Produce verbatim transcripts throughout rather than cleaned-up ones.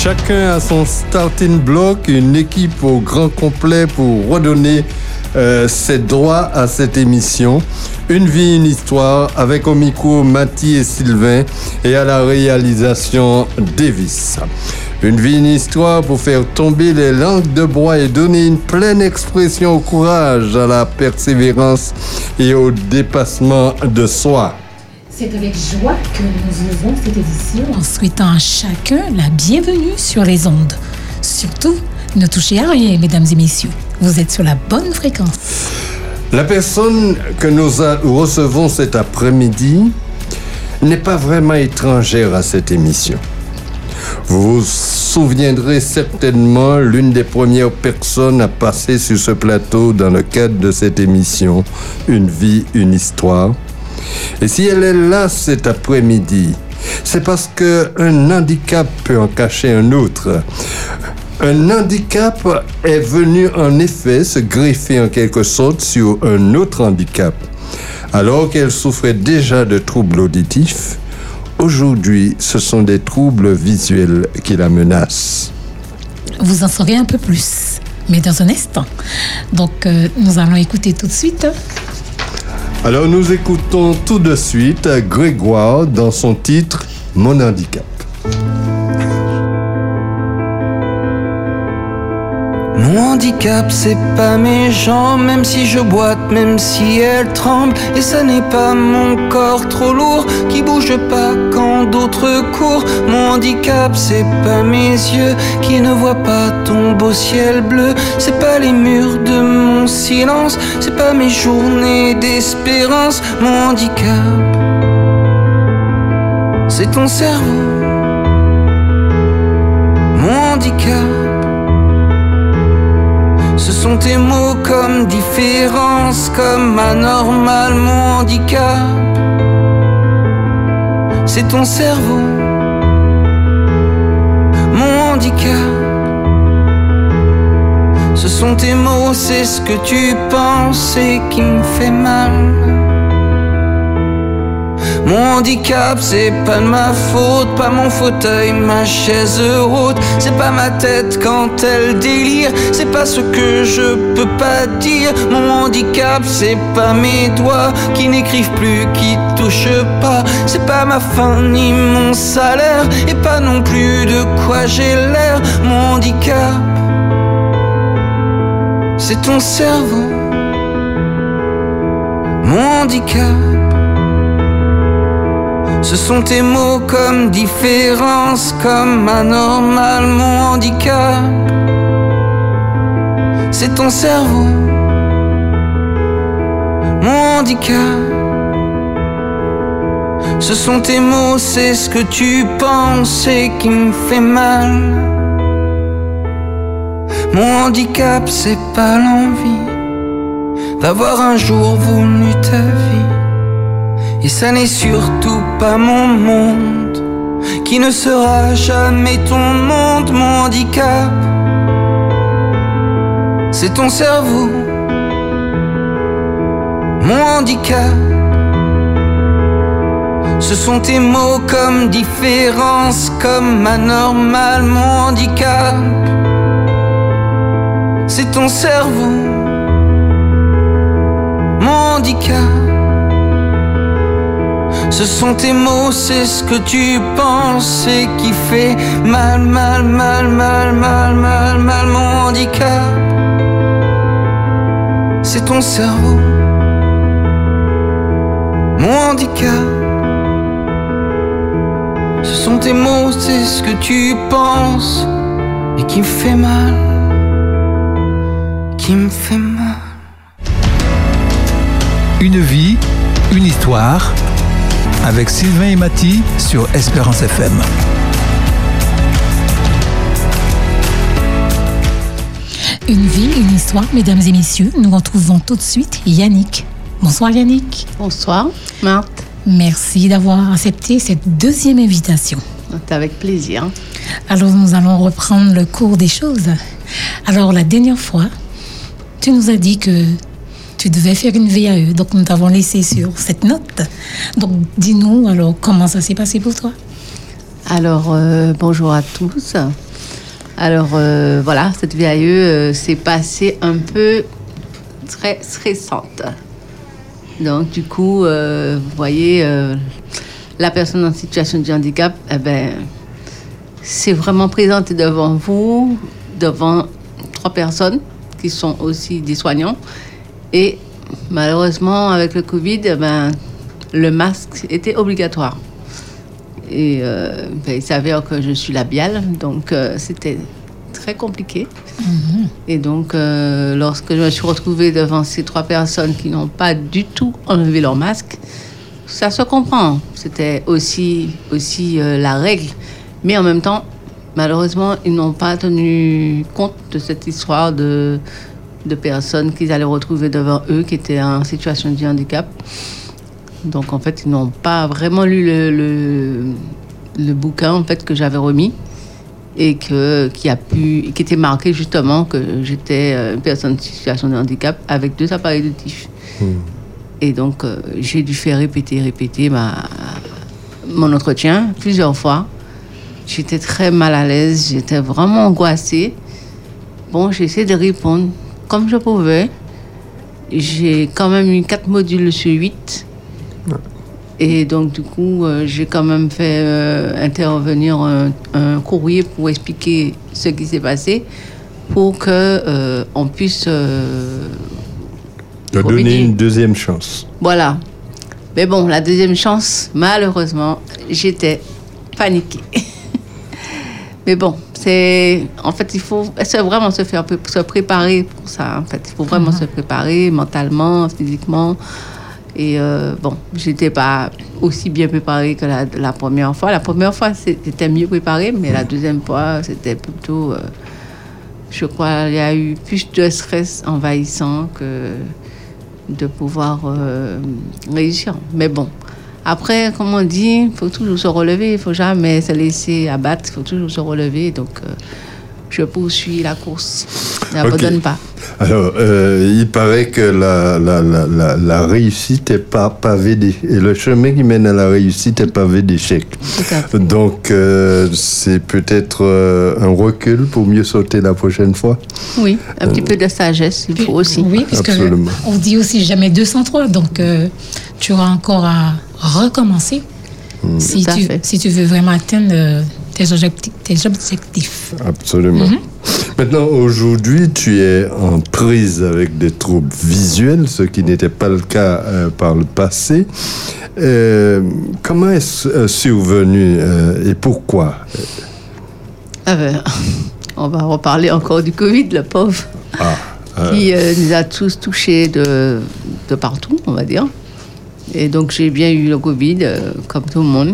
Chacun a son starting block, une équipe au grand complet pour redonner euh, ses droits à cette émission. Une vie, une histoire, avec au micro Mathie et Sylvain et à la réalisation Davis. Une vie, une histoire pour faire tomber les langues de bois et donner une pleine expression au courage, à la persévérance et au dépassement de soi. C'est avec joie que nous ouvrons cette édition en souhaitant à chacun la bienvenue sur les ondes. Surtout, ne touchez à rien, mesdames et messieurs. Vous êtes sur la bonne fréquence. La personne que nous recevons cet après-midi n'est pas vraiment étrangère à cette émission. Vous vous souviendrez certainement l'une des premières personnes à passer sur ce plateau dans le cadre de cette émission, Une vie, une histoire. Et si elle est là cet après-midi, c'est parce qu'un handicap peut en cacher un autre. Un handicap est venu en effet se greffer en quelque sorte sur un autre handicap. Alors qu'elle souffrait déjà de troubles auditifs, aujourd'hui, ce sont des troubles visuels qui la menacent. Vous en saurez un peu plus, mais dans un instant. Donc, euh, nous allons écouter tout de suite. Alors, nous écoutons tout de suite Grégoire dans son titre « Mon handicap ». Mon handicap, c'est pas mes jambes, même si je boite, même si elles tremblent. Et ça n'est pas mon corps trop lourd qui bouge pas quand d'autres courent. Mon handicap, c'est pas mes yeux qui ne voient pas ton beau ciel bleu. C'est pas les murs de mon silence, c'est pas mes journées d'espérance. Mon handicap, c'est ton cerveau. Mon handicap, ce sont tes mots comme différence, comme anormal. Mon handicap, c'est ton cerveau. Mon handicap, ce sont tes mots, c'est ce que tu penses et qui me fait mal. Mon handicap, c'est pas de ma faute, pas mon fauteuil, ma chaise haute. C'est pas ma tête quand elle délire, c'est pas ce que je peux pas dire. Mon handicap, c'est pas mes doigts qui n'écrivent plus, qui touchent pas. C'est pas ma faim ni mon salaire, et pas non plus de quoi j'ai l'air. Mon handicap, c'est ton cerveau. Mon handicap, ce sont tes mots comme différence, comme anormal. Mon handicap, c'est ton cerveau. Mon handicap, ce sont tes mots, c'est ce que tu penses et qui me fait mal. Mon handicap, c'est pas l'envie d'avoir un jour voulu ta vie. Et ça n'est surtout pas mon monde qui ne sera jamais ton monde. Mon handicap, c'est ton cerveau. Mon handicap, ce sont tes mots comme différence, comme anormal. Mon handicap, c'est ton cerveau. Mon handicap, ce sont tes mots, c'est ce que tu penses et qui fait mal, mal, mal, mal, mal, mal, mal. Mon handicap, c'est ton cerveau. Mon handicap, ce sont tes mots, c'est ce que tu penses et qui me fait mal, qui me fait mal. Une vie, une histoire, avec Sylvain et Mathie sur Espérance F M. Une vie, une histoire, mesdames et messieurs. Nous retrouvons tout de suite Yannick. Bonsoir Yannick. Bonsoir Marthe. Merci d'avoir accepté cette deuxième invitation. C'est avec plaisir. Alors nous allons reprendre le cours des choses. Alors la dernière fois, tu nous as dit que tu devais faire une V A E, donc nous t'avons laissé sur cette note. Donc dis-nous alors comment ça s'est passé pour toi. Alors euh, bonjour à tous. Alors, euh, voilà, cette V A E euh, s'est passée un peu très stressante. Donc, du coup, euh, vous voyez, euh, la personne en situation de handicap, eh ben, c'est vraiment présentée devant vous, devant trois personnes qui sont aussi des soignants. Et malheureusement, avec le Covid, eh ben, le masque était obligatoire. Et euh, ben, il s'avère que je suis labiale, donc euh, c'était très compliqué. Mmh. Et donc, euh, lorsque je me suis retrouvée devant ces trois personnes qui n'ont pas du tout enlevé leur masque, ça se comprend. C'était aussi, aussi euh, la règle. Mais en même temps, malheureusement, ils n'ont pas tenu compte de cette histoire de, de personnes qu'ils allaient retrouver devant eux qui étaient en situation de handicap. Donc, en fait, ils n'ont pas vraiment lu le, le, le bouquin en fait, que j'avais remis et que, qui, a pu, qui était marqué justement que j'étais une personne en situation de handicap avec deux appareils auditifs. Mmh. Et donc, euh, j'ai dû faire répéter, répéter ma, mon entretien plusieurs fois. J'étais très mal à l'aise, j'étais vraiment angoissée. Bon, j'ai essayé de répondre comme je pouvais. J'ai quand même eu quatre modules sur huit. Et donc, du coup, euh, j'ai quand même fait euh, intervenir un, un courrier pour expliquer ce qui s'est passé pour qu'on euh, puisse... Euh, te donner une deuxième chance. Voilà. Mais bon, la deuxième chance, malheureusement, j'étais paniquée. Mais bon, c'est... En fait, il faut c'est vraiment se faire se préparer pour ça. En fait, il faut vraiment mm-hmm. se préparer mentalement, physiquement. Et euh, bon, j'étais pas aussi bien préparée que la, la première fois. La première fois, c'était mieux préparé, mais la deuxième fois, c'était plutôt... Euh, je crois qu'il y a eu plus de stress envahissant que de pouvoir euh, réussir. Mais bon, après, comme on dit, il faut toujours se relever. Il ne faut jamais se laisser abattre. Il faut toujours se relever. Donc, euh, je poursuis la course. Je n'abandonne okay. pas. Alors, euh, il paraît que la, la, la, la, la réussite n'est pas pavée d'échecs. Et le chemin qui mène à la réussite est pavé d'échecs. Donc, euh, c'est peut-être euh, un recul pour mieux sauter la prochaine fois. Oui, un euh, petit peu de sagesse, il faut aussi. Oui, parce qu'on dit aussi jamais deux cent trois. Donc, euh, tu auras encore à recommencer mmh. si, tu, si tu veux vraiment atteindre euh, tes objectifs. Tes objectifs. Absolument. Mmh. Maintenant, aujourd'hui, tu es en prise avec des troubles visuels, ce qui n'était pas le cas euh, par le passé. Euh, comment est-ce euh, survenu euh, et pourquoi? Ah ben, on va reparler encore du Covid, le pauvre, ah, euh... qui euh, nous a tous touchés de, de partout, on va dire. Et donc, j'ai bien eu le Covid, euh, comme tout le monde.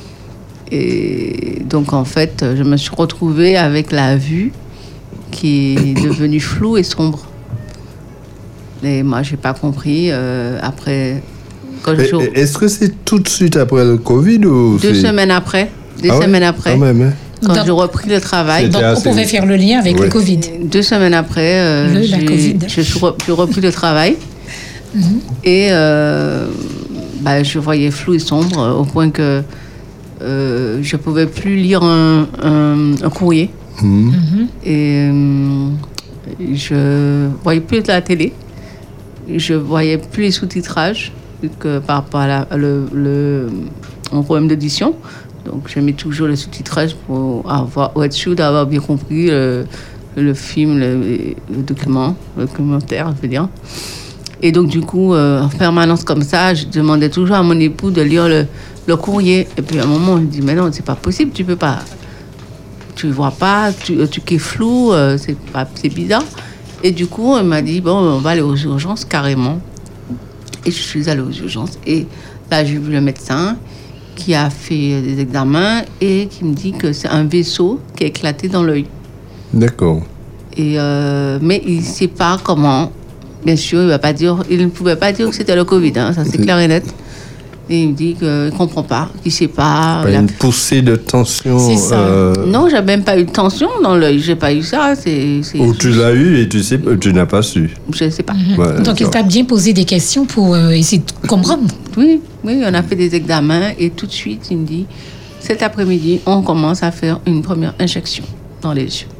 Et donc, en fait, je me suis retrouvée avec la vue qui est devenue floue et sombre. Et moi, je n'ai pas compris. Euh, après... Quand je... Est-ce que c'est tout de suite après le Covid ou Deux c'est... semaines après. Deux ah semaines ouais, après. Quand même, hein? Quand donc, j'ai repris le travail. Donc, assez... on pouvait faire le lien avec ouais. le Covid. Deux semaines après, euh, le, j'ai, la COVID. Je suis re, j'ai repris le travail. Mm-hmm. Et euh, bah, je voyais flou et sombre au point que euh, je ne pouvais plus lire un, un, un courrier. Mmh. Et euh, je ne voyais plus la télé. Je ne voyais plus les sous-titrages que par rapport à la, le, le, mon problème d'audition. Donc, je mets toujours le sous-titrage pour, avoir, pour être sûr d'avoir bien compris le, le film, le, le document, le documentaire, je veux dire. Et donc, du coup, euh, en permanence comme ça, je demandais toujours à mon époux de lire le, le courrier. Et puis, à un moment, je dis, mais non, c'est pas possible, tu peux pas... Tu ne vois pas, tu, tu es flou, euh, c'est, pas, c'est bizarre. Et du coup, elle m'a dit, bon, on va aller aux urgences carrément. Et je suis allée aux urgences. Et là, j'ai vu le médecin qui a fait des examens et qui me dit que c'est un vaisseau qui a éclaté dans l'œil. D'accord. Et, euh, mais il ne sait pas comment. Bien sûr, il, va pas dire, il ne pouvait pas dire que c'était le Covid, hein, ça c'est clair et net. Et il me dit qu'il ne comprend pas, qu'il ne sait pas. Pas une a... poussée de tension. C'est ça. Euh... Non, je n'ai même pas eu de tension dans l'œil. Je n'ai pas eu ça. C'est, c'est... Ou tu l'as eu et tu, sais, tu n'as pas su. Je ne sais pas. Mm-hmm. Ouais, donc, il t'a bien posé des questions pour euh, essayer de comprendre. Oui, oui, on a fait des examens et tout de suite, il me dit, cet après-midi, on commence à faire une première injection dans les yeux.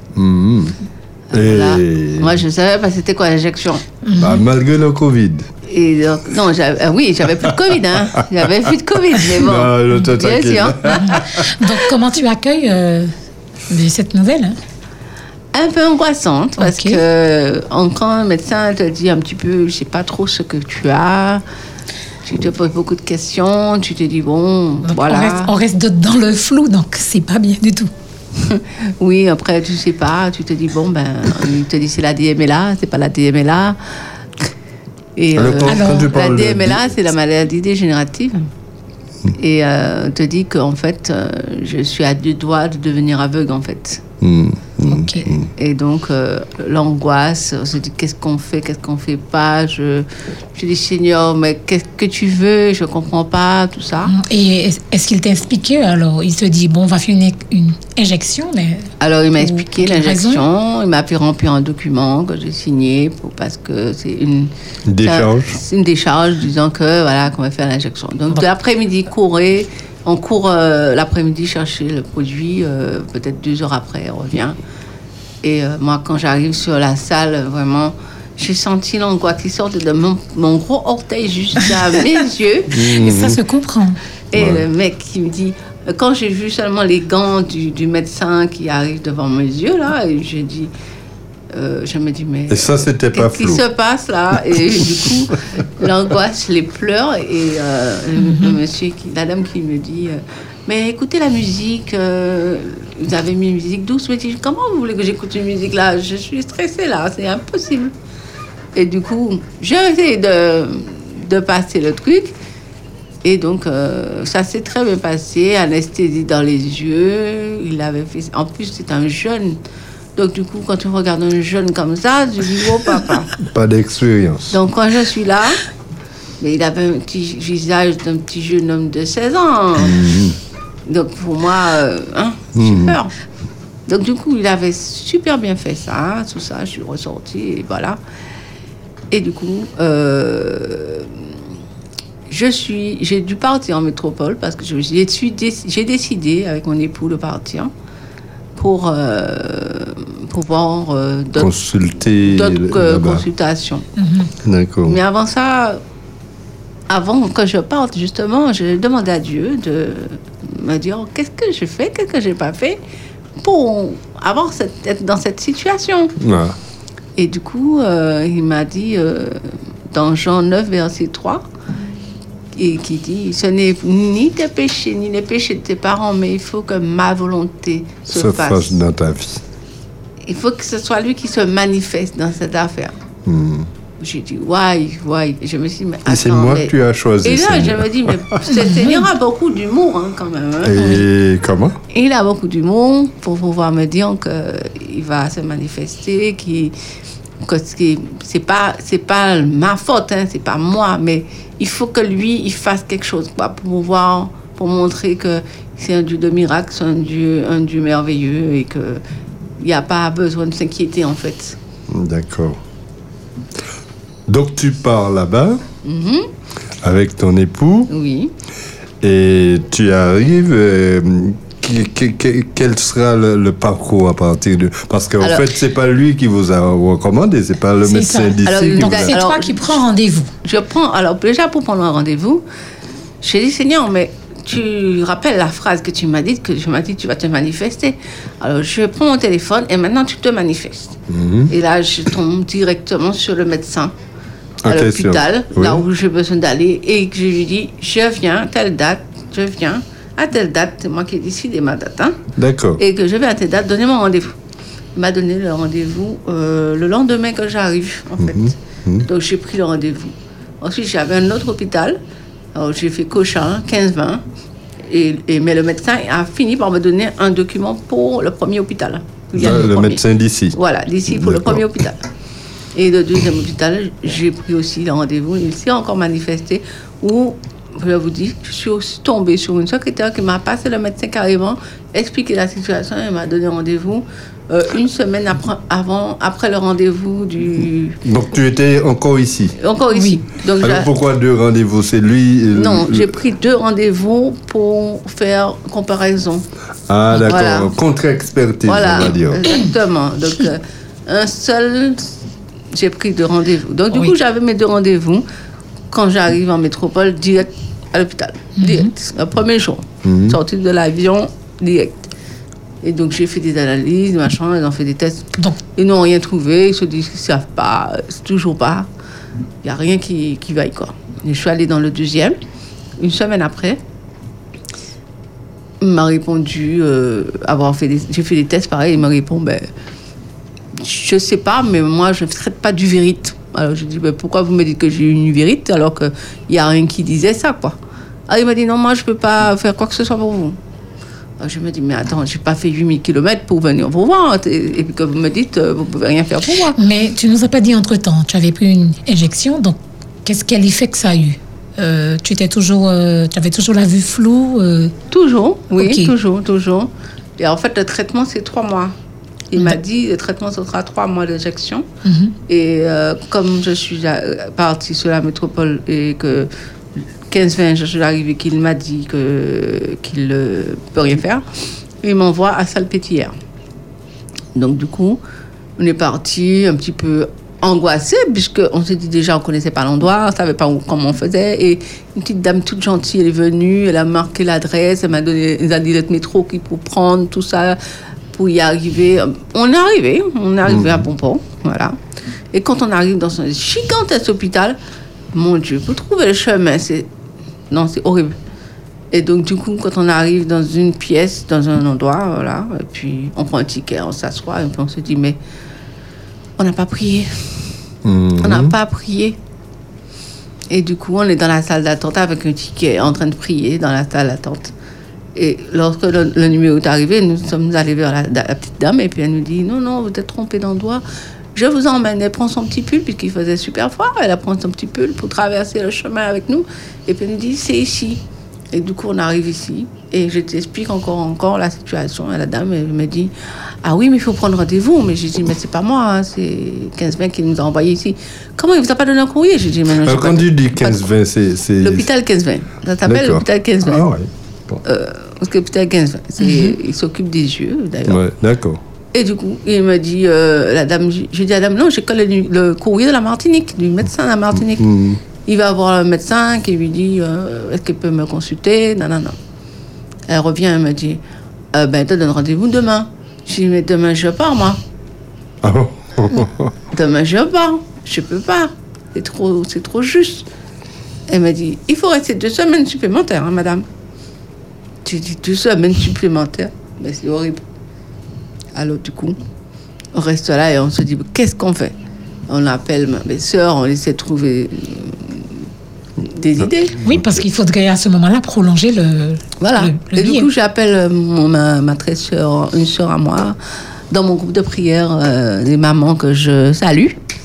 Mmh. Voilà. Et... Moi, je savais pas c'était quoi l'injection. Bah, malgré le Covid. Et donc, non, j'avais, ah oui, j'avais plus de Covid, hein. J'avais plus de Covid, mais bon. Non, je te bien t'inquiète. sûr. Donc, comment tu accueilles euh, cette nouvelle hein? Un peu angoissante, parce Ok. que quand un médecin te dit un petit peu, je sais pas trop ce que tu as, tu te poses beaucoup de questions, tu te dis, bon, Donc, voilà. on, reste, on reste de- dans le flou, donc c'est pas bien du tout. Oui, après, tu sais pas, tu te dis, bon, ben, il te dit c'est la D M L A, c'est pas la D M L A. Et Alors, quand- alors, quand tu la parles de- D M L A, c'est la maladie dégénérative. Et euh, on te dit qu'en fait, euh, je suis à deux doigts de devenir aveugle, en fait. Mmh, mmh. Ok. Et donc, euh, l'angoisse, on se dit qu'est-ce qu'on fait, qu'est-ce qu'on fait pas. Je, je dis, Seigneur, mais qu'est-ce que tu veux? Je comprends pas, tout ça. Et est- est-ce qu'il t'a expliqué alors? Il te dit, bon, on va faire une, une injection, mais. Alors, il m'a Pour expliqué quelle l'injection, il m'a fait remplir un document que j'ai signé pour, parce que c'est une Une décharge. C'est une décharge disant que voilà qu'on va faire l'injection. Donc, Bon. de l'après-midi, courir, on court euh, l'après-midi chercher le produit, euh, peut-être deux heures après, on revient. Et euh, moi, quand j'arrive sur la salle, vraiment, j'ai senti l'angoisse qui sort de mon, mon gros orteil jusqu'à mes yeux. Et ça se comprend. Et Ouais. le mec qui me dit, quand j'ai vu seulement les gants du, du médecin qui arrivent devant mes yeux, là, et j'ai dit, euh, je me dis, mais Et ça, c'était pas qu'est-ce qui flou. se passe là? Et du coup, l'angoisse, les pleurs, et euh, le, le monsieur, qui, la dame qui me dit, euh, mais écoutez la musique, euh, vous avez mis une musique douce, mais je dis, comment vous voulez que j'écoute une musique là? Je suis stressée là, c'est impossible. Et du coup, j'ai essayé de, de passer le truc. Et donc, euh, ça s'est très bien passé, anesthésie dans les yeux. Il avait fait... En plus, c'est un jeune. Donc, du coup, quand tu regardes un jeune comme ça, tu dis, oh papa. Pas d'expérience. Donc, quand je suis là, mais il avait un petit visage d'un petit jeune homme de seize ans. Donc, pour moi, euh, hein, j'ai peur. Donc, du coup, il avait super bien fait ça, tout ça. Je suis ressortie, et voilà. Et du coup, euh, je suis, j'ai dû partir en métropole parce que je, j'ai, suis dé- j'ai décidé avec mon époux de partir pour euh, pouvoir euh, d'autres, Consulter d'autres euh, là-bas. consultations. D'accord. Mais avant ça, avant que je parte, justement, j'ai demandé à Dieu de me dire qu'est-ce que je fais, qu'est-ce que j'ai pas fait pour avoir cette, être dans cette situation. Ah. Et du coup, euh, il m'a dit, euh, dans Jean neuf, verset trois, et qui dit, ce n'est ni tes péchés, ni les péchés de tes parents, mais il faut que ma volonté se, Se fasse. fasse dans ta vie. Il faut que ce soit lui qui se manifeste dans cette affaire. Hmm. J'ai dit, why, why? Et je me suis dit, mais Et c'est attends, moi mais- que tu as choisi. Et là, Seigneur. je me dis, mais ce Seigneur a beaucoup d'humour, hein, quand même. hein. Et comment? Il a beaucoup d'humour pour pouvoir me dire qu'il va se manifester, qu'il, que c'est, c'est pas, c'est pas ma faute, hein, c'est pas moi, mais il faut que lui, il fasse quelque chose, quoi, pour pouvoir, pour montrer que c'est un Dieu de miracle, c'est un Dieu, un Dieu merveilleux et que il n'y a pas besoin de s'inquiéter, en fait. D'accord. Donc tu pars là-bas Mhm. avec ton époux Oui. et tu arrives. euh, qui- qui- qui- quel sera le, le parcours à partir de... Parce qu'en Alors- fait, c'est pas lui qui vous a recommandé, c'est pas le C'est médecin ça. d'ici Alors, qui Donc, vous a... c'est Alors, toi qui prends rendez-vous. Je prends, alors déjà pour prendre un rendez-vous, j'ai dit Seigneur, mais tu rappelles la phrase que tu m'as dit, que je m'as dit tu vas te manifester. Alors je prends mon téléphone et maintenant tu te manifestes. Mhm. Et là je tombe directement sur le médecin En à question. l'hôpital, Oui. là où j'ai besoin d'aller, et que je lui dis je viens, telle date, je viens, à telle date, c'est moi qui ai décidé ma date, hein, D'accord. et que je vais à telle date, donnez-moi un rendez-vous. Il m'a donné le rendez-vous euh, le lendemain que j'arrive, en fait. mhm. Donc j'ai pris le rendez-vous. Ensuite, j'avais un autre hôpital. Alors j'ai fait Cochin, quinze vingt. Et, et, mais le médecin a fini par me donner un document pour le premier hôpital. Il y a Le, le premier. médecin d'ici. Voilà, d'ici pour le D'accord. premier hôpital. Et le deuxième hôpital, j'ai pris aussi le rendez-vous. Il s'est encore manifesté où, je vous dis, je suis aussi tombée sur une secrétaire qui m'a passé le médecin carrément, expliqué la situation et m'a donné rendez-vous euh, une semaine après, avant, après le rendez-vous du... Donc tu étais encore ici. Encore ici. Donc, Alors j'ai- pourquoi deux rendez-vous? C'est lui... euh, non, le- j'ai pris deux rendez-vous pour faire comparaison. Ah, d'accord. Voilà. Contre-expertise, Voilà, on va dire. exactement. Donc, euh, un seul, j'ai pris deux rendez-vous. Donc, du Oui. coup, j'avais mes deux rendez-vous quand j'arrive en métropole, direct à l'hôpital. Direct. Le premier jour. Mhm. Sortie de l'avion, direct. Et donc, j'ai fait des analyses, machin, ils ont fait des tests. Donc, Ils n'ont rien trouvé, ils se disent qu'ils ne savent pas, c'est toujours pas. Il n'y a rien qui, qui vaille, quoi. Et je suis allée dans le deuxième. Une semaine après, il m'a répondu, euh, avoir fait des, j'ai fait des tests pareil, il m'a répondu, ben, je ne sais pas, mais moi, je ne traite pas du vérite. Alors, je dis, ben, pourquoi vous me dites que j'ai eu une vérite alors qu'il n'y a rien qui disait ça, quoi. Alors, il m'a dit, non, moi, je ne peux pas faire quoi que ce soit pour vous. Alors, je me dis, mais attends, je n'ai pas fait huit mille kilomètres pour venir vous voir. Et puis que vous me dites, vous ne pouvez rien faire pour moi. mais tu nous as pas dit entre-temps, tu avais pris une injection, donc qu'est-ce quel effet que ça a eu? Euh, tu étais toujours, euh, tu avais toujours la vue floue. euh, Toujours, oui, Ok. toujours, toujours. Et en fait, le traitement, c'est trois mois. Il m'a dit, le traitement, ce sera trois mois d'injection. Mhm. Et euh, comme je suis euh, partie sur la métropole et que quinze vingt, je suis arrivée, qu'il m'a dit que, qu'il ne peut rien faire, il m'envoie à Salpêtrière. Donc, du coup, on est parti un petit peu angoissé, puisqu'on s'est dit déjà, on ne connaissait pas l'endroit, on ne savait pas où, comment on faisait. Et une petite dame toute gentille, elle est venue, elle a marqué l'adresse, elle m'a donné, elle a dit le métro qu'il faut prendre, tout ça, pour y arriver. On est arrivé, on est arrivé à Pompon, voilà. Et quand on arrive dans ce gigantesque hôpital, mon Dieu, pour trouver le chemin, c'est... Non, c'est horrible. Et donc, du coup, quand on arrive dans une pièce, dans un endroit, voilà, et puis on prend un ticket, on s'assoit, et puis on se dit, mais on n'a pas prié. Mhm. On n'a pas prié. Et du coup, on est dans la salle d'attente avec un ticket, en train de prier dans la salle d'attente. Et lorsque le, le numéro est arrivé, nous sommes allés vers la, la petite dame, et puis elle nous dit, non, non, vous êtes trompé d'endroit. Je vous emmène. Elle prend son petit pull, puisqu'il faisait super froid. Elle prend son petit pull pour traverser le chemin avec nous. Et puis elle nous dit, c'est ici. Et du coup, on arrive ici. Et je t'explique encore, encore la situation. Et la dame, elle me dit, ah oui, mais il faut prendre rendez-vous. Mais j'ai dit, mais c'est pas moi, hein, c'est quinze vingt qui nous a envoyés ici. Comment il vous a pas donné un courrier? J'ai dit, mais non, j'ai Alors, pas quand de- tu dis pas de- quinze vingt, c'est... c'est- L'hôpital quinze vingt. Ça s'appelle D'accord. l'hôpital quinze vingt. Ah ouais. Bon. Euh, parce que l'hôpital quinze vingt, c'est, il s'occupe des yeux, d'ailleurs. Ouais, d'accord. Et du coup, il me dit, euh, la dame, j'ai dit à la dame, non, j'ai que le, le courrier de la Martinique, du médecin de la Martinique. Mhm. Il va voir le médecin qui lui dit, euh, est-ce qu'il peut me consulter? Non, non, non. Elle revient, elle me dit, euh, ben, te donne rendez-vous demain. Je dis, mais demain, je pars, moi. Ah bon? Demain, je pars. Je peux pas. C'est trop, c'est trop juste. Elle m'a dit, il faut rester deux semaines supplémentaires, hein, madame. J'ai dit, deux semaines supplémentaires? Mais c'est horrible. Alors, du coup, on reste là et on se dit, qu'est-ce qu'on fait? On appelle ma- mes soeurs, on essaie de trouver euh, des idées. Oui, parce qu'il faudrait à ce moment-là prolonger le, Voilà. le, le et du billet. coup, j'appelle euh, mon- ma, ma très sœur, une sœur à moi, dans mon groupe de prière, euh, des mamans que je salue,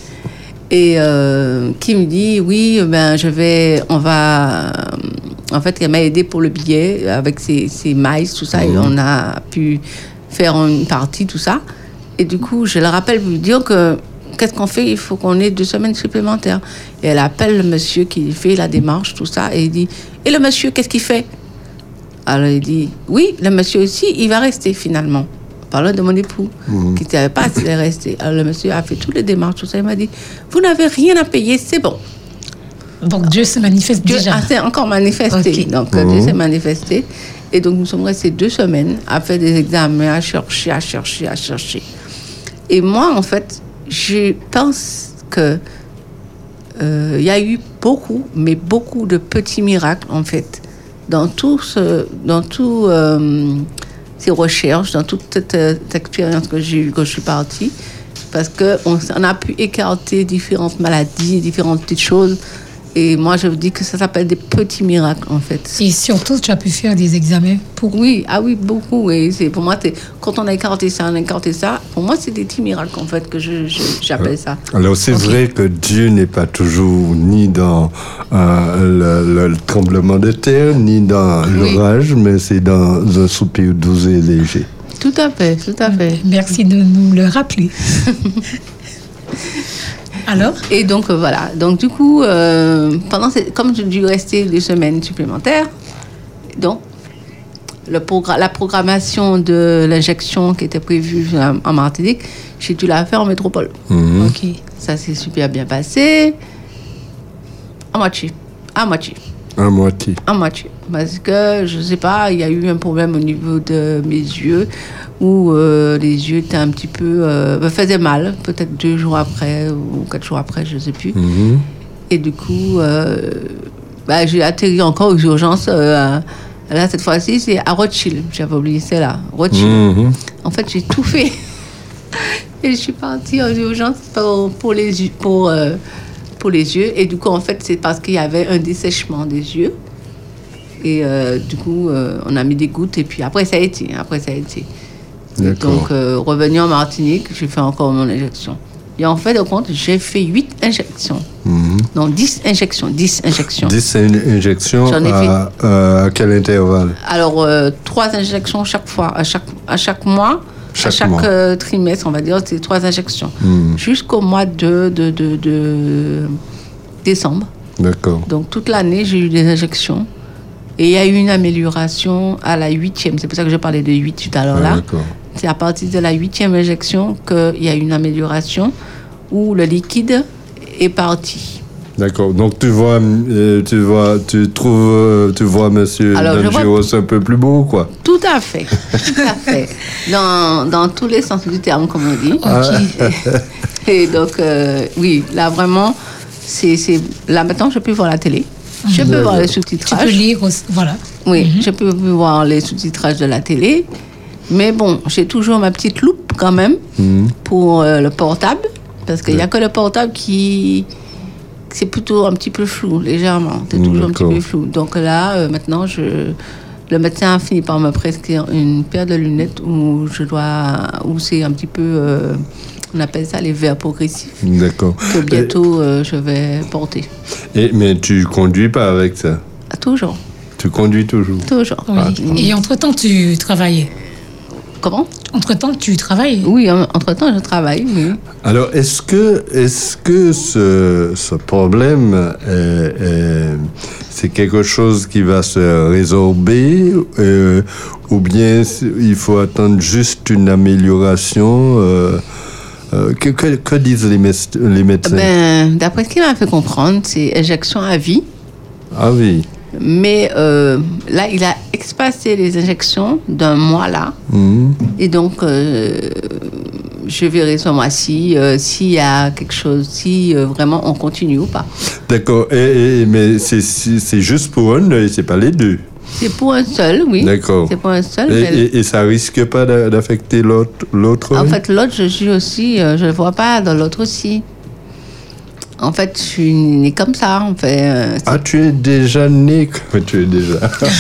et euh, qui me dit, oui, ben, je vais, on va... euh, En fait, elle m'a aidé pour le billet, avec ses, ses mailles, tout ça, et on a pu faire une partie, tout ça. Et du coup, je le rappelle pour lui dire que qu'est-ce qu'on fait? Il faut qu'on ait deux semaines supplémentaires. Et elle appelle le monsieur qui fait la démarche, tout ça, et il dit, et le monsieur, qu'est-ce qu'il fait? Alors il dit, oui, le monsieur aussi, il va rester finalement. Parlant de mon époux, qui ne savait pas s'il allait rester. Alors le monsieur a fait toutes les démarches, tout ça, il m'a dit, vous n'avez rien à payer, c'est bon. Donc Dieu se manifeste Dieu déjà. a- s'est encore manifesté. Ok. Donc, euh, Dieu s'est manifesté. Et donc, nous sommes restés deux semaines à faire des examens, à chercher, à chercher, à chercher. Et moi, en fait, je pense que euh, il y a eu beaucoup, mais beaucoup de petits miracles, en fait, dans tout ce, dans tout, euh, ces recherches, dans toute cette, euh, cette expérience que j'ai eue quand je suis partie, parce qu'on on a pu écarter différentes maladies, différentes petites choses. Et moi, je vous dis que ça s'appelle des petits miracles, en fait. Et surtout, tu as pu faire des examens pour... Oui, ah oui, beaucoup. Et c'est, pour moi, c'est, quand on a écarté ça, on a écarté ça, pour moi, c'est des petits miracles, en fait, que je, je- j'appelle ça. Alors c'est Ok. vrai que Dieu n'est pas toujours ni dans euh, le, le tremblement de terre, ni dans Oui. l'orage, mais c'est dans un soupir doux et léger. Tout à fait, tout à fait. Merci de nous le rappeler. Alors, Et donc, euh, voilà. Donc, du coup, euh, pendant ces- comme j'ai dû rester des semaines supplémentaires, donc, le progr- la programmation de l'injection qui était prévue en, en Martinique, j'ai dû la faire en métropole. Mhm. Ok. Ça s'est super bien passé. À moitié. À moitié. À moitié. À moitié. Parce que, je sais pas, il y a eu un problème au niveau de mes yeux où euh, les yeux étaient un petit peu... Euh, me faisaient mal, peut-être deux jours après ou quatre jours après, je sais plus. Mhm. Et du coup, euh, bah, j'ai atterri encore aux urgences. Euh, là, cette fois-ci, c'est à Rothschild. J'avais oublié, c'est là, Rothschild. Mhm. En fait, j'ai tout fait. Et je suis partie aux urgences pour, pour, les, yeux- pour, euh, pour les yeux. Et du coup, en fait, c'est parce qu'il y avait un dessèchement des yeux. Et euh, du coup, euh, on a mis des gouttes. Et puis après, ça a été. Après, ça a été. D'accord. Donc, euh, revenu en Martinique, j'ai fait encore mon injection. Et en fait, de compte, j'ai fait huit injections. Mhm. Non, dix injections. dix injections. dix in- injections J'en ai à, euh, à quel intervalle? Alors, euh, trois injections chaque fois, à chaque, à chaque mois, Chaque à chaque mois. euh, trimestre, on va dire, c'est trois injections. Mhm. Jusqu'au mois de, de, de, de décembre. D'accord. Donc, toute l'année, j'ai eu des injections. Et il y a eu une amélioration à la huitième. C'est pour ça que je parlais de huit tout à l'heure Ah, là. d'accord. C'est à partir de la huitième injection qu'il y a eu une amélioration où le liquide est parti. D'accord. Donc tu vois, euh, tu vois, tu trouves, euh, tu vois Monsieur Alors, je Dangeros un peu plus beau, quoi. Tout à fait, tout à fait. Dans, dans tous les sens du terme, comme on dit. Et donc, euh, oui, là vraiment, c'est, c'est... là maintenant, je peux voir la télé. Je peux voir les Tu sous-titrages. peux lire aussi. Voilà. Oui, je peux voir les sous-titrages de la télé. Mais bon, j'ai toujours ma petite loupe quand même Mhm. pour euh, le portable. Parce qu'il n'y a que le portable qui... C'est plutôt un petit peu flou, légèrement. C'est Mm, toujours un petit d'accord. peu flou. Donc là, euh, maintenant, je... le médecin a fini par me prescrire une paire de lunettes où je dois... où c'est un petit peu... euh, on appelle ça les verres progressifs. D'accord. Que bientôt, euh, je vais porter. Et, mais tu conduis pas avec ça. Ah, toujours, Tu conduis toujours. toujours. Oui. Et entre-temps, tu travaillais. Comment? Entre-temps, tu travailles. Oui, en- entre-temps, je travaille, oui. Alors, est-ce que, est-ce que ce, ce problème, est- est- c'est quelque chose qui va se résorber euh, ou bien il faut attendre juste une amélioration euh, euh, que, que, que disent les, mes- les médecins? Ben, d'après ce qu'il m'a fait comprendre, c'est injection à vie. Ah oui. Mais euh, là, il a espacé les injections d'un mois là. Mhm. Et donc, euh, je verrai ce mois-ci euh, s'il y a quelque chose, si euh, vraiment on continue ou pas. D'accord. Et, et- mais c'est, c'est c'est juste pour un œil, c'est pas les deux. C'est pour un seul, oui. D'accord. C'est pour un seul. Et, mais- et, et ça risque pas d'a- d'affecter l'autre, l'autre En œil? fait, l'autre, je suis aussi, euh, je le vois pas dans l'autre aussi. En fait, je suis née comme ça. En fait, euh, Ah, tu es déjà né comme tu es déjà.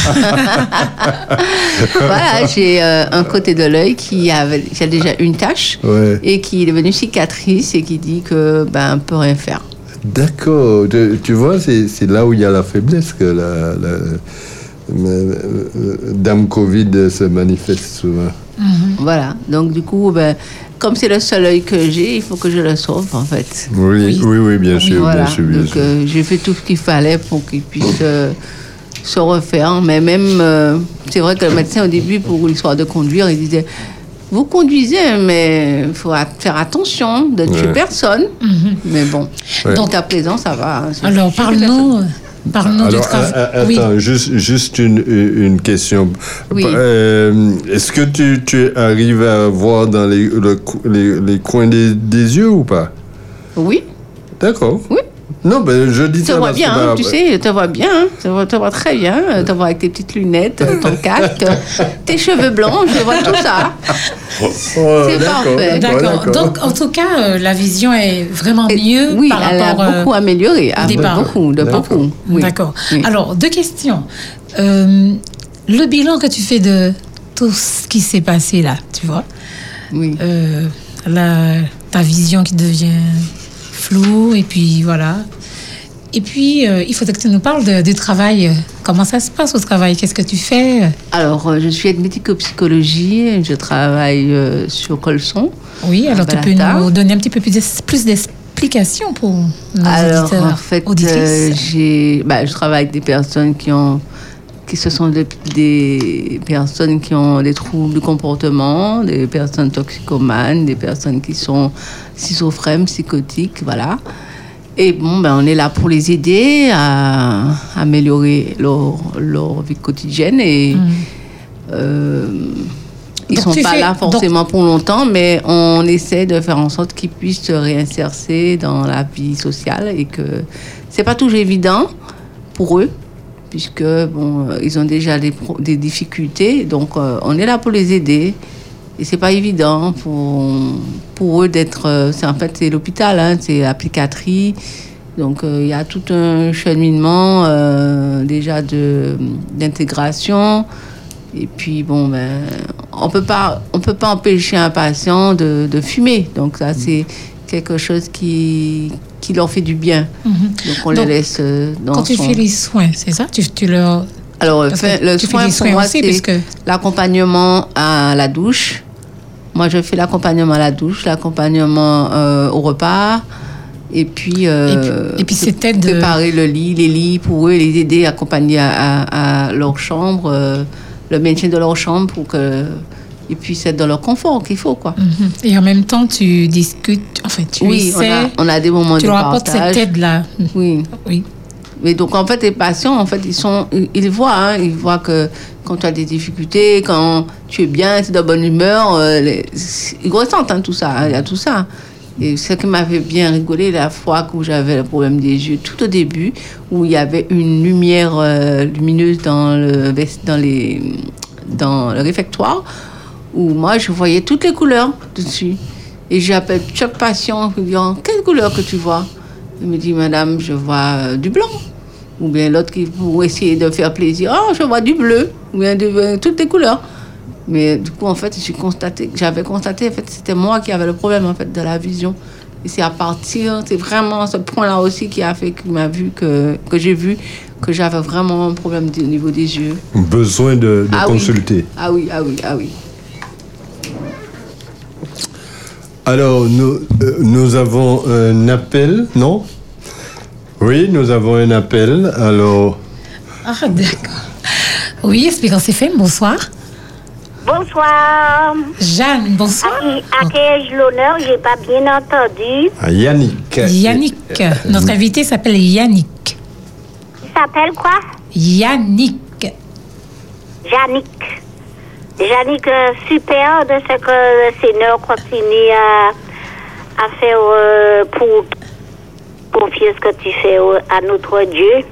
voilà, j'ai euh, un côté de l'œil qui avait, qui a déjà une tache Ouais. et qui est devenu cicatrice et qui dit que ben on peut rien faire. D'accord. Tu, tu vois, c'est, c'est là où il y a la faiblesse que la, la- la- la dame Covid se manifeste souvent. Voilà. Donc du coup, ben comme c'est le seul œil que j'ai, il faut que je le sauve en fait. Oui, Oui. oui, oui, bien sûr, Voilà. bien sûr, bien Donc sûr. euh, j'ai fait tout ce qu'il fallait pour qu'il puisse euh, se refaire. Mais même, euh, c'est vrai que le médecin au début, pour l'histoire de conduire, il disait vous conduisez, mais il faut a- faire attention de tuer Ouais. personne. Mais bon, Ouais. donc à présent, ça va. hein. C'est- Alors, je tue personne. parle-nous, euh, parle-nous du Alors, travail. a- a- attends, juste, juste une, une question. Oui. Euh, est-ce que tu, tu arrives à voir dans les, le cou- les, les coins des, des yeux ou pas? Oui, D'accord. Oui. Non, ben je dis je te ça vois parce bien, que, hein, bah, tu sais, je te vois bien, hein, je te vois, te vois très bien, je te vois avec tes petites lunettes, euh, ton casque, euh, tes cheveux blancs, je vois tout ça. oh, c'est d'accord, parfait. D'accord. Donc, en tout cas, euh, la vision est vraiment Et- mieux oui, par elle a rapport euh, beaucoup amélioré, ah, au départ. beaucoup, de D'accord. beaucoup. Oui. D'accord. Oui. Alors, deux questions. Euh, le bilan que tu fais de tout ce qui s'est passé là, tu vois, Oui. euh, la, ta vision qui devient floue, et puis voilà. Et puis, euh, il faudrait que tu nous parles de- du travail. Comment ça se passe au travail? Qu'est-ce que tu fais? Alors, euh, je suis aide médico-psychologie, je travaille euh, sur Colson. Oui, alors tu peux Balata. nous donner un petit peu plus d'es- plus d'explications pour nos Alors, auditeurs, en fait, auditrices. euh, j'ai, bah, je travaille avec des personnes qui ont qui ce sont des, des personnes qui ont des troubles du comportement, des personnes toxicomanes, des personnes qui sont schizophrènes, psychotiques, voilà. Et bon, ben, on est là pour les aider à, à améliorer leur, leur vie quotidienne et... Mmh. Euh, Ils ne sont pas fais, là forcément donc... pour longtemps, mais on essaie de faire en sorte qu'ils puissent se réinsérer dans la vie sociale et que ce n'est pas toujours évident pour eux, puisque bon, ils ont déjà des, des difficultés. Donc, euh, on est là pour les aider. Et ce n'est pas évident pour, pour eux d'être... C'est, en fait, c'est l'hôpital, hein, c'est la psychiatrie. Donc, il euh, y a tout un cheminement euh, déjà de, d'intégration. Et puis, bon, ben, on peut pas, on peut pas empêcher un patient de, de fumer. Donc, ça, c'est quelque chose qui, qui leur fait du bien. Mm-hmm. Donc, on Donc, les laisse dans Quand son... tu fais les soins, c'est ça tu, tu leur... Alors, fait, le soin, pour moi, aussi, c'est puisque... l'accompagnement à la douche. Moi, je fais l'accompagnement à la douche, l'accompagnement euh, au repas. Et puis, euh, et puis, et puis c'était de... préparer le lit, les lits pour eux, les aider à accompagner à, à, à leur chambre... Euh, le maintien de leur chambre pour qu'ils puissent être dans leur confort qu'il faut, quoi. Mm-hmm. Et en même temps, tu discutes, enfin, tu oui, essaies... on a, on a des moments tu de leur partage. apportes cette aide-là. Oui. Oui. Mais donc, en fait, les patients, en fait, ils sont... Ils voient, hein, ils voient que quand tu as des difficultés, quand tu es bien, tu es de bonne humeur, euh, les, ils ressentent hein, tout ça, il hein, y a tout ça. Et ce qui m'avait bien rigolé, la fois où j'avais le problème des yeux, tout au début, où il y avait une lumière euh, lumineuse dans le, dans, les, dans le réfectoire, où moi, je voyais toutes les couleurs dessus. Et j'appelle chaque patient, je lui dis, quelle couleur que tu vois? Il me dit, madame, je vois euh, du blanc. Ou bien l'autre qui, pour essayer de faire plaisir, oh, je vois du bleu, ou bien de, euh, toutes les couleurs. Mais du coup, en fait, j'ai constaté, j'avais constaté, en fait, c'était moi qui avais le problème, en fait, de la vision. Et c'est à partir, c'est vraiment ce point-là aussi qui a fait qu'il m'a vu que, que j'ai vu que j'avais vraiment un problème au niveau des yeux. Besoin de, de ah consulter. Oui. Ah oui, ah oui, ah oui. Alors, nous, euh, nous avons un appel, non? Oui, nous avons un appel, alors... Ah, d'accord. Oui, Espérance F M, bonsoir. Bonsoir. Jeanne, bonsoir. À qui ai-je l'honneur? Je n'ai pas bien entendu. Ah, Yannick. Yannick. Notre invité s'appelle Yannick. Il s'appelle quoi? Yannick. Yannick. Yannick, euh, super de ce que le Seigneur continue à, à faire euh, pour confier ce que tu fais euh, à notre Dieu.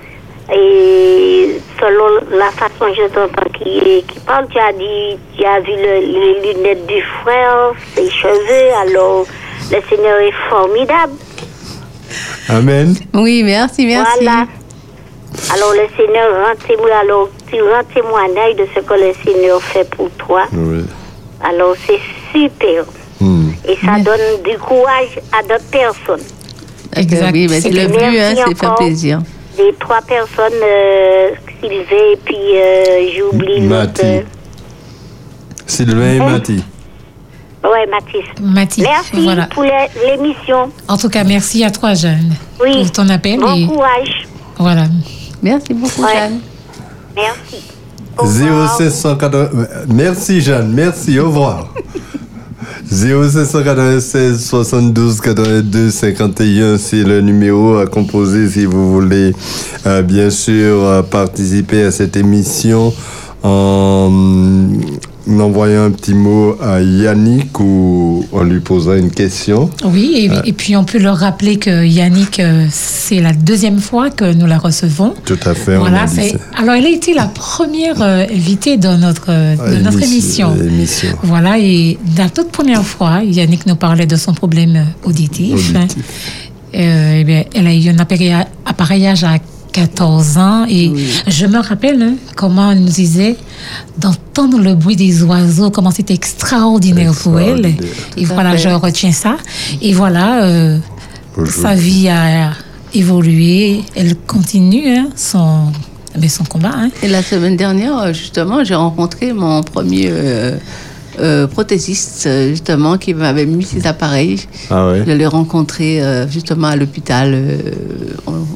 Et selon la façon dont je t'entends qui, qui parle, tu as dit, tu as vu le, les lunettes du frère, ses cheveux, alors le Seigneur est formidable. Amen. Oui, merci, merci. Voilà. Alors le Seigneur rend témoignage, alors tu rends témoignage de ce que le Seigneur fait pour toi. Oui. Alors c'est super. Mm. Et ça donne du courage à d'autres personnes. Exact. Oui, mais c'est le but, hein, c'est faire plaisir. Les trois personnes, euh, Sylvain et puis euh, j'oublie l'autre. Euh... Sylvain et hein? Mathis. Oui, Mathis. Mathis. Merci voilà. pour l'émission. En tout cas, merci à toi, Jeanne, oui. pour ton appel. Bon et... courage. Voilà. Merci beaucoup, ouais. Jeanne. Merci. zéro sept cent quatre-vingts Merci, Jeanne. Merci. Au revoir. zéro sept cent quatre-vingt-seize soixante-douze quatre-vingt-deux cinquante et un, c'est le numéro à composer si vous voulez euh, bien sûr euh, participer à cette émission en, en envoyant un petit mot à Yannick ou en lui posant une question. Oui, et, euh, et puis on peut leur rappeler que Yannick, euh, c'est la deuxième fois que nous la recevons. Tout à fait. Voilà, on a c'est... Alors, elle a été la première euh, invitée de notre, euh, de ah, notre émission. émission. Voilà, et la toute première fois, Yannick nous parlait de son problème auditif. auditif. Hein. Euh, eh bien, elle a eu un appareillage à quatorze ans et oui. je me rappelle hein, comment elle nous disait d'entendre le bruit des oiseaux, comment c'était extraordinaire, extraordinaire. pour elle. Tout et voilà, fait. je retiens ça. Et voilà, euh, sa vie a évolué, elle continue hein, son, mais son combat. Hein. Et la semaine dernière, justement, j'ai rencontré mon premier euh, euh, prothésiste, justement, qui m'avait mis ses appareils. Ah ouais. Je l'ai rencontré euh, justement à l'hôpital. Euh,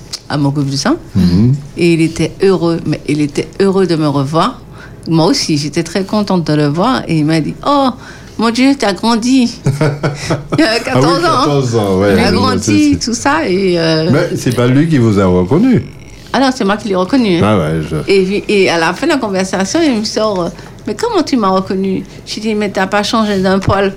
à mon groupe du sang. Mhm. Et il était heureux, mais il était heureux de me revoir. Moi aussi, j'étais très contente de le voir. Et il m'a dit, oh, mon Dieu, tu as grandi. Il a quatorze ah oui, ans. quatorze ans, ouais. Il a Ouais, grandi, c'est- tout ça. Et, euh, Mais c'est pas lui qui vous a reconnu. alors, c'est moi qui l'ai reconnu. hein. Ah ouais, je... Et, et à la fin de la conversation, il me sort, euh, mais comment tu m'as reconnu? Je lui dis, mais t'as pas changé d'un poil.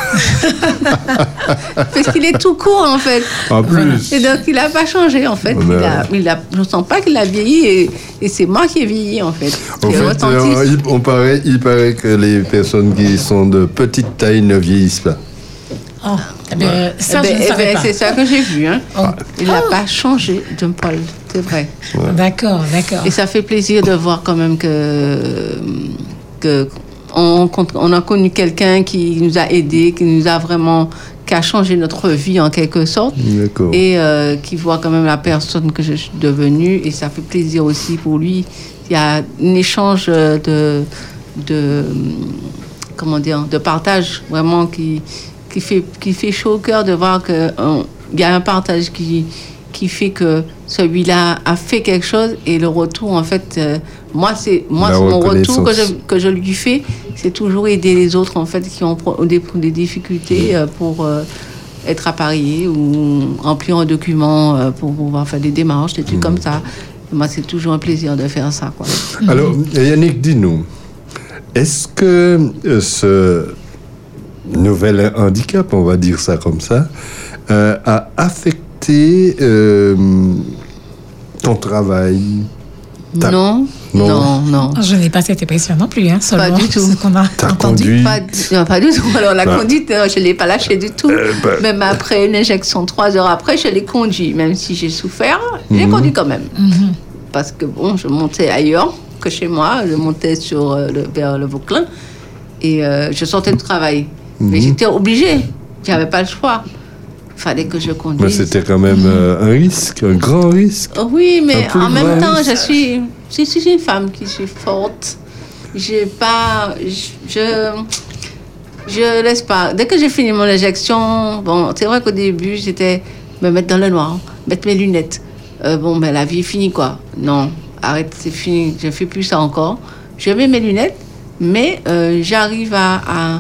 Parce qu'il est tout court, en fait. En plus. Et donc, il n'a pas changé, en fait. Oh, Il ben. a, il a, je ne sens pas qu'il a vieilli et, et c'est moi qui ai vieilli, en fait. En J'ai fait, ressenti- euh, il, on paraît, il paraît que les personnes qui sont de petite taille ne vieillissent pas. Oh, eh ben, ça, Eh ben, je ne eh savais ben, pas. c'est ça que j'ai vu. Hein. Oh. Il n'a Oh. pas changé d'un poil, c'est vrai. D'accord, d'accord. Et ça fait plaisir de voir quand même que, que on, on a connu quelqu'un qui nous a aidés, qui nous a vraiment, qui a changé notre vie en quelque sorte, D'accord. et euh, qui voit quand même la personne que je suis devenue, et ça fait plaisir aussi pour lui. Il y a un échange de, de comment dire, de partage vraiment qui qui fait qui fait chaud au cœur de voir que euh, il y a un partage qui qui fait que celui-là a fait quelque chose et le retour en fait euh, moi c'est moi La c'est mon retour que je reconnaissance. que je lui fais, c'est toujours aider les autres en fait qui ont pro- des, des difficultés euh, pour euh, être appareillés ou remplir un document euh, pour pouvoir faire des démarches, des trucs comme ça. Et moi c'est toujours un plaisir de faire ça quoi. Alors, Yannick, dis-nous, est-ce que euh, ce nouvel handicap, on va dire ça comme ça, euh, a affecté euh, ton travail? Ta- Non, Non. non, non. Je n'ai pas cette impression non plus, hein, selon du tout. ce qu'on a T'as entendu. conduit? Pas, du- non, pas du tout. Alors la Bah. conduite, euh, je ne l'ai pas lâchée du tout. Euh, bah. Même après une injection, trois heures après, je l'ai conduit. Même si j'ai souffert, j'ai Mhm. conduit quand même. Parce que bon, je montais ailleurs que chez moi. Je montais sur, euh, le, vers le Vauclin. Et euh, je sortais du travail. Mais Mhm. j'étais obligée. J'avais pas le choix. Il fallait que je Mais conduise. c'était quand même euh, un risque, un grand risque. Oh oui, mais Un peu en même grand temps, risque. je suis, je suis une femme qui suis forte. J'ai pas, je, je laisse pas. Dès que j'ai fini mon injection, bon, c'est vrai qu'au début, j'étais me mettre dans le noir, mettre mes lunettes. Euh, bon, ben la vie est finie quoi. Non, arrête, c'est fini. Je fais plus ça encore. Je mets mes lunettes, mais euh, j'arrive à, à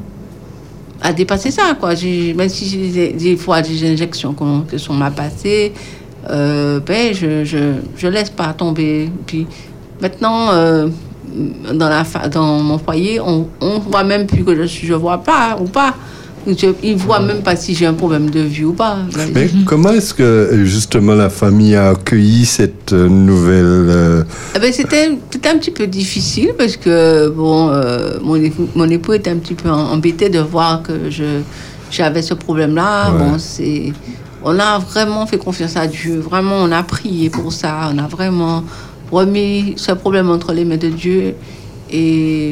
à dépasser ça, quoi. J'ai, même si j'ai des, des fois des injections qu'on- que sont mal passées, euh, ben, je, je, je laisse pas tomber. Puis maintenant, euh, dans, la fa- dans mon foyer, on, on voit même plus que je suis, je vois pas ou pas. Je, ils voient même pas si j'ai un problème de vue ou pas. Mais comment est-ce que justement la famille a accueilli cette euh, nouvelle euh, Eh ben, c'était, c'était un petit peu difficile parce que bon, euh, mon, époux, mon époux était un petit peu en- embêté de voir que je, j'avais ce problème-là. Ouais. Bon, c'est, on a vraiment fait confiance à Dieu. Vraiment, on a prié pour ça. On a vraiment remis ce problème entre les mains de Dieu. Et,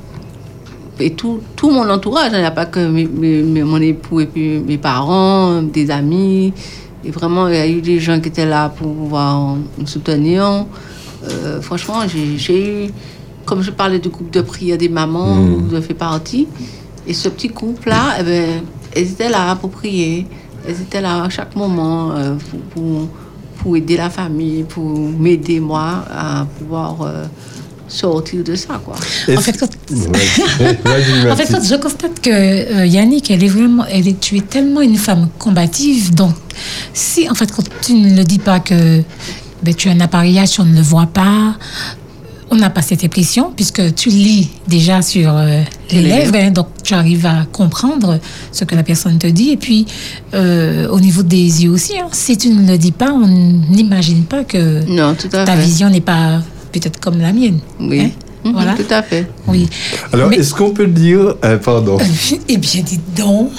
et tout, tout mon entourage, il n'y a pas que mes- mes- mes- mon époux et puis mes parents, des amis. Et vraiment, il y a eu des gens qui étaient là pour pouvoir me soutenir. Euh, franchement, j'ai, j'ai eu, comme je parlais du groupe de prière des mamans, Mm. où je fais partie, et ce petit groupe-là, eh ben, elles étaient là pour prier. Elles étaient là à chaque moment euh, pour, pour, pour aider la famille, pour m'aider moi à pouvoir euh, sortir de ça, quoi. est-ce- En fait, quand- Ouais. Vas-y, En fait, Mathilde. je constate que euh, Yannick, elle est vraiment, elle est, tu es tellement une femme combative. Donc, si en fait, quand tu ne le dis pas que ben, tu as un appareillage, on ne le voit pas, on n'a pas cette impression puisque tu lis déjà sur euh, les Les lèvres, hein, donc tu arrives à comprendre ce que la personne te dit. Et puis, euh, au niveau des yeux aussi, hein, si tu ne le dis pas, on n'imagine pas que Non, tout à ta fait. vision n'est pas peut-être comme la mienne. Oui, hein. Mhm, Voilà. tout à fait. Oui. Alors, Mais- est-ce qu'on peut dire... euh, pardon. Eh bien, dites donc.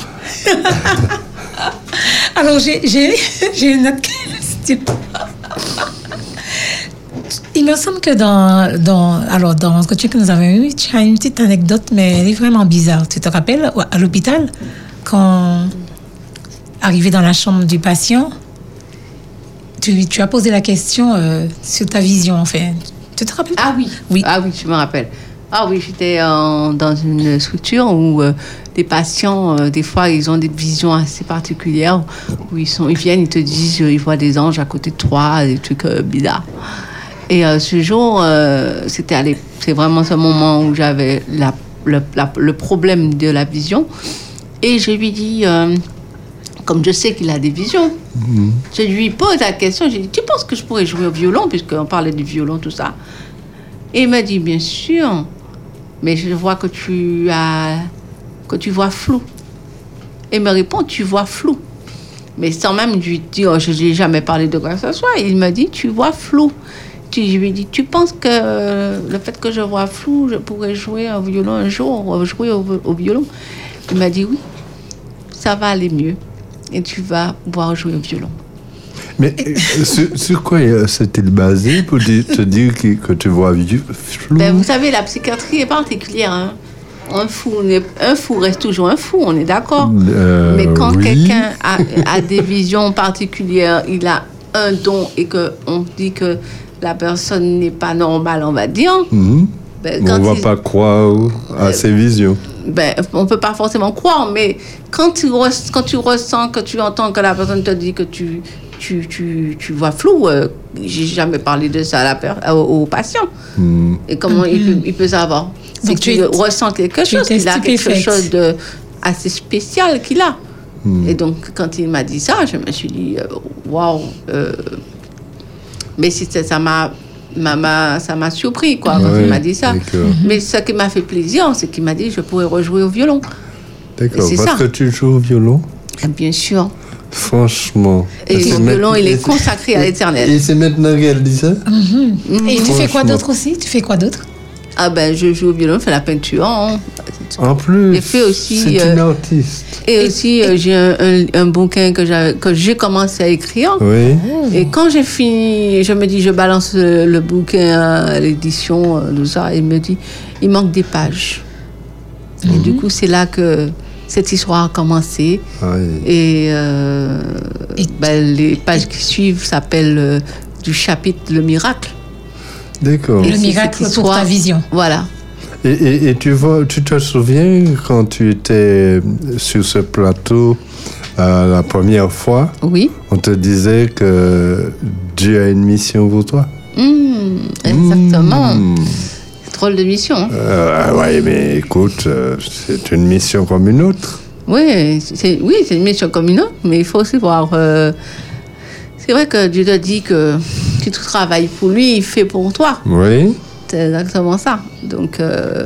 Alors, j'ai, j'ai, j'ai une autre question. Il me semble que dans, dans, alors, dans l'entretien que nous avons eu, tu as une petite anecdote, mais elle est vraiment bizarre. Tu te rappelles, à l'hôpital, quand, arrivé dans la chambre du patient, tu, tu as posé la question euh, sur ta vision, enfin. Tu te rappelles? Ah oui, Oui. Ah oui, je me rappelle. Ah oui, j'étais en- dans une structure où euh, les patients, euh, des fois, ils ont des visions assez particulières, où ils, sont, ils viennent, ils te disent, euh, ils voient des anges à côté de toi, des trucs euh, bizarres. Et euh, ce jour, euh, c'était à l'ép- c'est vraiment ce moment où j'avais la, le, la- le problème de la vision. Et je lui dis, euh, comme je sais qu'il a des visions, je lui pose la question, je lui dis, tu penses que je pourrais jouer au violon, puisqu'on parlait du violon, tout ça. Et il m'a dit, bien sûr, mais je vois que tu as, que tu vois flou. Et il me répond, tu vois flou. Mais sans même lui dire, je n'ai jamais parlé de quoi que ce soit, il m'a dit, tu vois flou. Tu- Je lui ai dit, tu penses que euh, le fait que je vois flou, je pourrais jouer au violon un jour, euh, jouer au, au violon? Il m'a dit, oui, ça va aller mieux. Et tu vas pouvoir jouer au violon. Mais euh, sur, sur quoi euh, s'est-il basé pour di- te dire que, que tu vois vieux, flou? Ben, vous savez, la psychiatrie est particulière. Hein. Un, fou, n'est- un fou reste toujours un fou, on est d'accord. Euh, Mais quand oui. quelqu'un a, a des visions particulières, il a un don et qu'on dit que la personne n'est pas normale, on va dire. Mhm. Ben, On quand ne va il- pas croire à ces visions. ben, on ne peut pas forcément croire, mais quand tu, res- quand tu ressens, que tu entends que la personne te dit que tu, tu, tu, tu vois flou, euh, j'ai jamais parlé de ça à la per- au, au patient. Mhm. Et comment il, peut, il peut savoir? C'est Donc, qu'il tu es- ressent quelque tu chose, étais qu'il a quelque stupéfaite. chose de assez spécial qu'il a. Et donc, quand il m'a dit ça, je me suis dit, euh, waouh. euh, mais c'était- ça m'a, m'a- m'a- ça m'a surpris, quoi, quand Ouais, il m'a dit ça. d'accord. Mais ce qui m'a fait plaisir, c'est qu'il m'a dit, je pourrais rejouer au violon. D'accord. c'est Parce ça. que tu joues au violon? Et bien sûr. Franchement. Et C'est le violon, ma- il est et- consacré à l'éternel. Et c'est maintenant qu'elle dit ça? Et tu fais quoi Franchement. d'autre aussi? Tu fais quoi d'autre? Ah ben, je joue au violon, je fais la peinture. Hein. En plus, J'ai fait aussi, c'est euh, une artiste. Et aussi, euh, j'ai un, un, un bouquin que, j'avais- que j'ai commencé à écrire. Oui. Et quand j'ai fini, je me dis, je balance le, le bouquin à l'édition, euh, tout ça, et il me dit, il manque des pages. Et du coup, c'est là que cette histoire a commencé. Oui. Et, euh, Et- ben, les pages qui suivent s'appellent euh, du chapitre Le Miracle. D'accord. Et Le c'est miracle cette pour ta histoire- vision. Voilà. Et, et, et tu vois, tu te souviens quand tu étais sur ce plateau euh, la première fois, Oui. on te disait que Dieu a une mission pour toi. Mmh, exactement. Mmh. Drôle de mission. Hein. Euh, ouais, mais écoute, euh, c'est une mission comme une autre. Oui, c'est, oui, c'est une mission comme une autre, mais il faut aussi voir. euh, c'est vrai que Dieu te dit que si tu travailles pour lui, il fait pour toi. Oui. C'est exactement ça. Donc euh,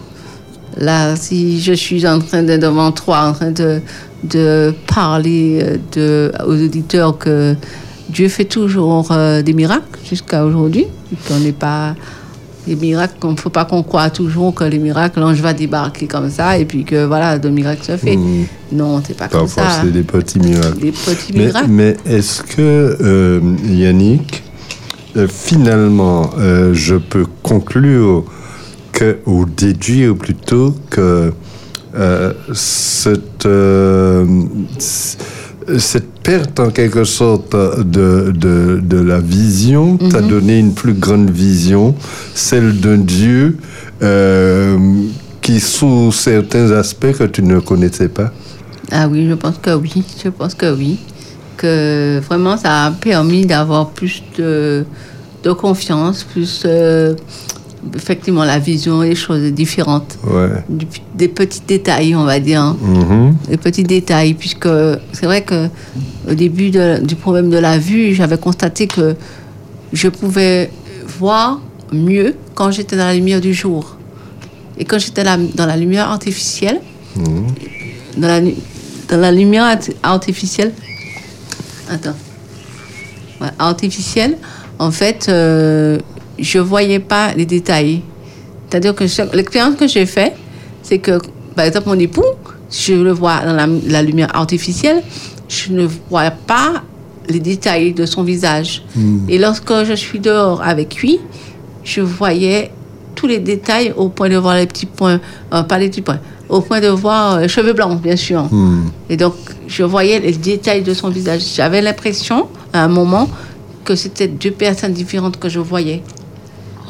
là, si je suis en train de devant toi, en train de, de parler de, aux auditeurs que Dieu fait toujours euh, des miracles jusqu'à aujourd'hui, et qu'on n'est pas des miracles, il ne faut pas qu'on croie toujours que les miracles, l'ange va débarquer comme ça et puis que voilà, le miracle se fait. Mmh. Non, c'est pas comme Parfois, ça. c'est des petits miracles. Des petits Mais, miracles. mais est-ce que, euh, Yannick, euh, finalement, euh, je peux conclure que, ou déduire plutôt que euh, cette, euh, c- cette perte, en quelque sorte, de, de, de la vision t'a donné une plus grande vision, celle d'un Dieu euh, qui, sous certains aspects que tu ne connaissais pas? Ah oui, je pense que oui. Je pense que oui. Que vraiment, ça a permis d'avoir plus de, de confiance, plus euh, effectivement la vision, les choses différentes. Ouais. Du- des petits détails, on va dire. Hein. Mhm. Des petits détails, puisque c'est vrai que au début de- du problème de la vue, j'avais constaté que je pouvais voir mieux quand j'étais dans la lumière du jour. Et quand j'étais là- dans la lumière artificielle, dans, la, nu- dans la lumière art- artificielle, attends, Ouais, artificielle, en fait, euh, je voyais pas les détails. C'est-à-dire que chaque- l'expérience que j'ai faite, c'est que, par exemple, mon époux, je le vois dans la, la lumière artificielle, je ne vois pas les détails de son visage. Et lorsque je suis dehors avec lui, je voyais tous les détails au point de voir les petits points, euh, pas les petits points, au point de voir euh, cheveux blancs, bien sûr. Et donc, je voyais les détails de son visage. J'avais l'impression, à un moment, que c'était deux personnes différentes que je voyais.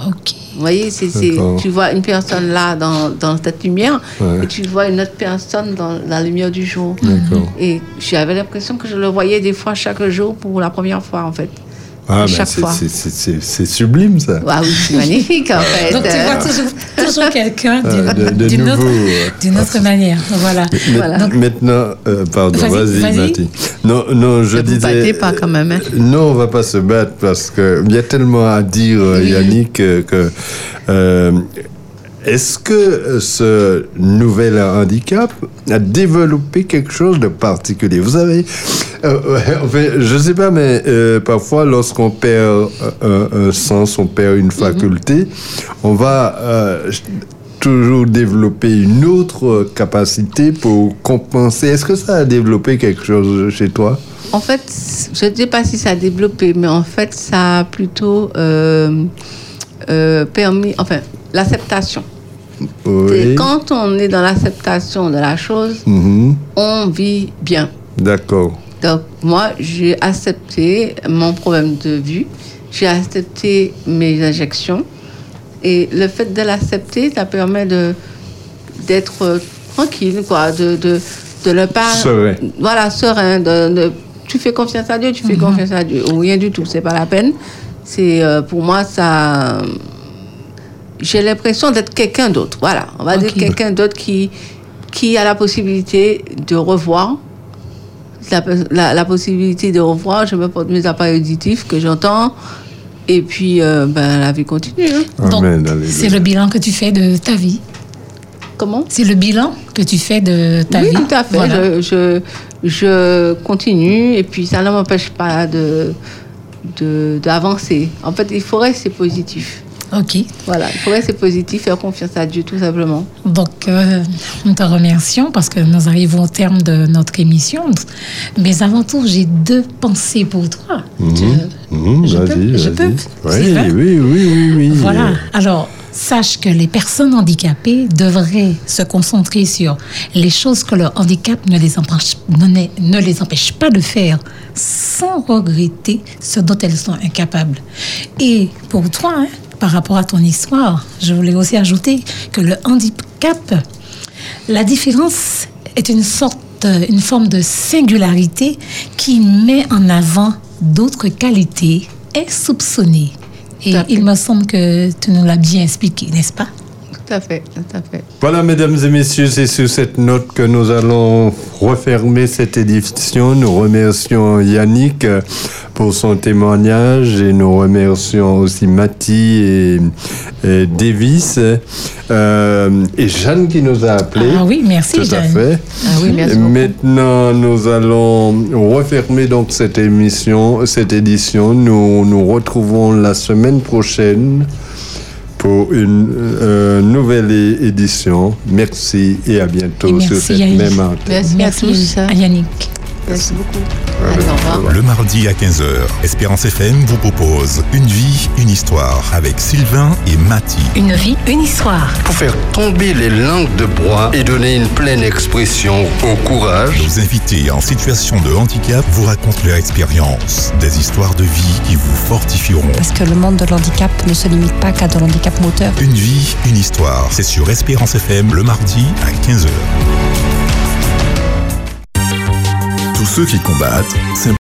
Ok. Vous voyez, c'est, c'est, tu vois une personne là dans, dans cette lumière ouais. et tu vois une autre personne dans la lumière du jour. D'accord. Et j'avais l'impression que je le voyais des fois chaque jour pour la première fois en fait. Ah, chaque ben c'est, fois. C'est, c'est, c'est, c'est sublime ça. Ah oui, c'est magnifique en fait. Donc tu vois toujours, toujours quelqu'un d'une, ah, de, de d'une, nouveau, autre, d'une autre manière. Voilà. Mais, voilà. Donc, maintenant, euh, pardon, vas-y, vas-y, vas-y. Mathie. Non, non, je ne disais. Ne vous battez pas quand même. Hein. Non, on va pas se battre parce que il y a tellement à dire, oui. Yannick, que. Euh, Est-ce que ce nouvel handicap a développé quelque chose de particulier? Vous avez, euh, enfin, je ne sais pas, mais euh, parfois, lorsqu'on perd un, un sens, on perd une faculté, mm-hmm. on va euh, toujours développer une autre capacité pour compenser. Est-ce que ça a développé quelque chose chez toi? En fait, je ne sais pas si ça a développé, mais en fait, ça a plutôt euh, euh, permis, enfin, l'acceptation. Oui. Quand on est dans l'acceptation de la chose, mm-hmm. on vit bien. D'accord. Donc, moi, j'ai accepté mon problème de vue, j'ai accepté mes injections, et le fait de l'accepter, ça permet de, d'être euh, tranquille, quoi, de, de, de ne pas... Serein. Voilà, serein. De, de, tu fais confiance à Dieu, tu fais mm-hmm. confiance à Dieu. Ou rien du tout, c'est pas la peine. C'est, euh, pour moi, ça... J'ai l'impression d'être quelqu'un d'autre. Voilà, on va okay. dire quelqu'un d'autre qui, qui a la possibilité de revoir, la, la, la possibilité de revoir. Je me porte mes appareils auditifs que j'entends, et puis euh, ben, la vie continue. Hein. Donc, Amen, c'est le bilan que tu fais de ta vie. Comment? C'est le bilan que tu fais de ta oui, vie. Oui, tout à fait. Voilà. Je, je, je continue, et puis ça ne m'empêche pas de, de, d'avancer. En fait, il faut rester positif. Ok. Voilà, il faut rester positif, faire confiance à Dieu, tout simplement. Donc, euh, nous te remercions parce que nous arrivons au terme de notre émission. Mais avant tout, j'ai deux pensées pour toi. Mmh. Je, mmh, je vas-y, peux, vas-y. je peux. Oui, oui, oui, oui, oui. Voilà. Alors, sache que les personnes handicapées devraient se concentrer sur les choses que leur handicap ne les empêche, ne, ne les empêche pas de faire sans regretter ce dont elles sont incapables. Et pour toi, hein, par rapport à ton histoire, je voulais aussi ajouter que le handicap, la différence est une sorte, une forme de singularité qui met en avant d'autres qualités insoupçonnées. Et il me semble que tu nous l'as bien expliqué, n'est-ce pas? Tout à fait, tout à fait. Voilà, mesdames et messieurs, c'est sur cette note que nous allons refermer cette édition. Nous remercions Yannick pour son témoignage et nous remercions aussi Mathie et, et Davis euh, et Jeanne qui nous a appelés. Ah oui, merci Tout Jeanne. à fait. Ah oui, merci beaucoup. Maintenant, nous allons refermer donc cette émission, cette édition. Nous nous retrouvons la semaine prochaine pour une euh, nouvelle édition. Merci et à bientôt et sur cette Yannick. même antenne. Merci, merci à tous. à Yannick. Merci beaucoup. Allez, au revoir. Le mardi à quinze heures, Espérance F M vous propose Une vie, une histoire avec Sylvain et Mathie. Une vie, une histoire. Pour faire tomber les langues de bois et donner une pleine expression au courage. Nos invités en situation de handicap vous racontent leur expérience, des histoires de vie qui vous fortifieront. Parce que le monde de l'handicap ne se limite pas qu'à de l'handicap moteur. Une vie, une histoire. C'est sur Espérance F M le mardi à quinze heures. Tous ceux qui combattent,